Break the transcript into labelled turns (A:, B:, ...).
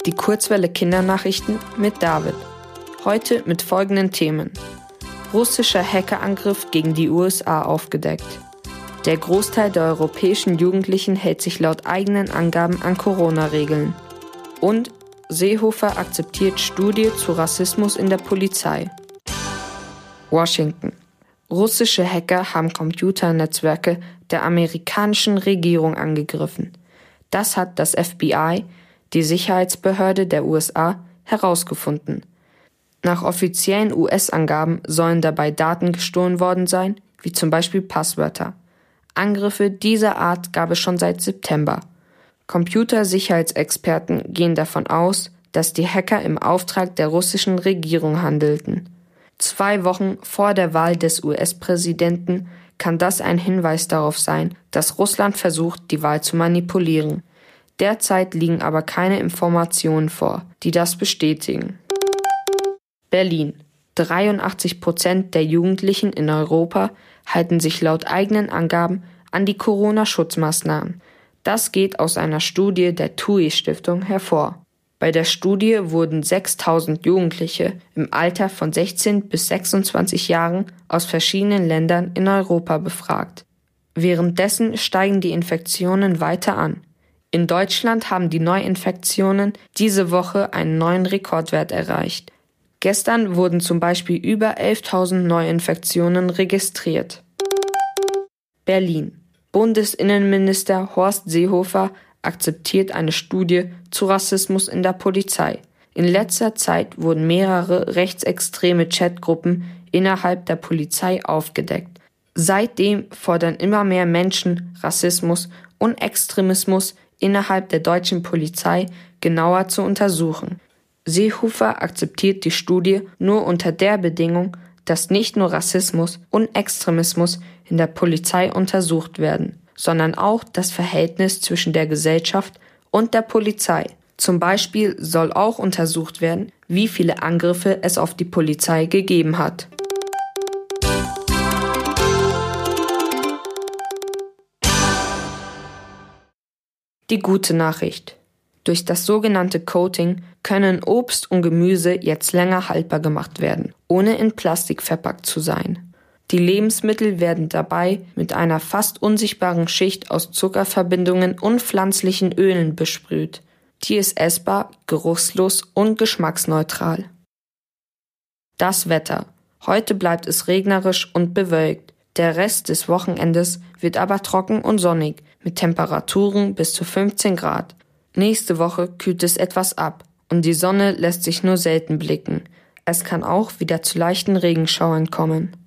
A: Die Kurzwelle Kindernachrichten mit David. Heute mit folgenden Themen. Russischer Hackerangriff gegen die USA aufgedeckt. Der Großteil der europäischen Jugendlichen hält sich laut eigenen Angaben an Corona-Regeln. Und Seehofer akzeptiert Studie zu Rassismus in der Polizei. Washington. Russische Hacker haben Computernetzwerke der amerikanischen Regierung angegriffen. Das hat das FBI, die Sicherheitsbehörde der USA, herausgefunden. Nach offiziellen US-Angaben sollen dabei Daten gestohlen worden sein, wie zum Beispiel Passwörter. Angriffe dieser Art gab es schon seit September. Computersicherheitsexperten gehen davon aus, dass die Hacker im Auftrag der russischen Regierung handelten. 2 Wochen vor der Wahl des US-Präsidenten kann das ein Hinweis darauf sein, dass Russland versucht, die Wahl zu manipulieren. Derzeit liegen aber keine Informationen vor, die das bestätigen. Berlin. 83% der Jugendlichen in Europa halten sich laut eigenen Angaben an die Corona-Schutzmaßnahmen. Das geht aus einer Studie der TUI-Stiftung hervor. Bei der Studie wurden 6.000 Jugendliche im Alter von 16 bis 26 Jahren aus verschiedenen Ländern in Europa befragt. Währenddessen steigen die Infektionen weiter an. In Deutschland haben die Neuinfektionen diese Woche einen neuen Rekordwert erreicht. Gestern wurden zum Beispiel über 11.000 Neuinfektionen registriert. Berlin. Bundesinnenminister Horst Seehofer akzeptiert eine Studie zu Rassismus in der Polizei. In letzter Zeit wurden mehrere rechtsextreme Chatgruppen innerhalb der Polizei aufgedeckt. Seitdem fordern immer mehr Menschen, Rassismus und Extremismus innerhalb der deutschen Polizei genauer zu untersuchen. Seehofer akzeptiert die Studie nur unter der Bedingung, dass nicht nur Rassismus und Extremismus in der Polizei untersucht werden, sondern auch das Verhältnis zwischen der Gesellschaft und der Polizei. Zum Beispiel soll auch untersucht werden, wie viele Angriffe es auf die Polizei gegeben hat. Die gute Nachricht. Durch das sogenannte Coating können Obst und Gemüse jetzt länger haltbar gemacht werden, ohne in Plastik verpackt zu sein. Die Lebensmittel werden dabei mit einer fast unsichtbaren Schicht aus Zuckerverbindungen und pflanzlichen Ölen besprüht. Die ist essbar, geruchslos und geschmacksneutral. Das Wetter. Heute bleibt es regnerisch und bewölkt. Der Rest des Wochenendes wird aber trocken und sonnig, mit Temperaturen bis zu 15 Grad. Nächste Woche kühlt es etwas ab und die Sonne lässt sich nur selten blicken. Es kann auch wieder zu leichten Regenschauern kommen.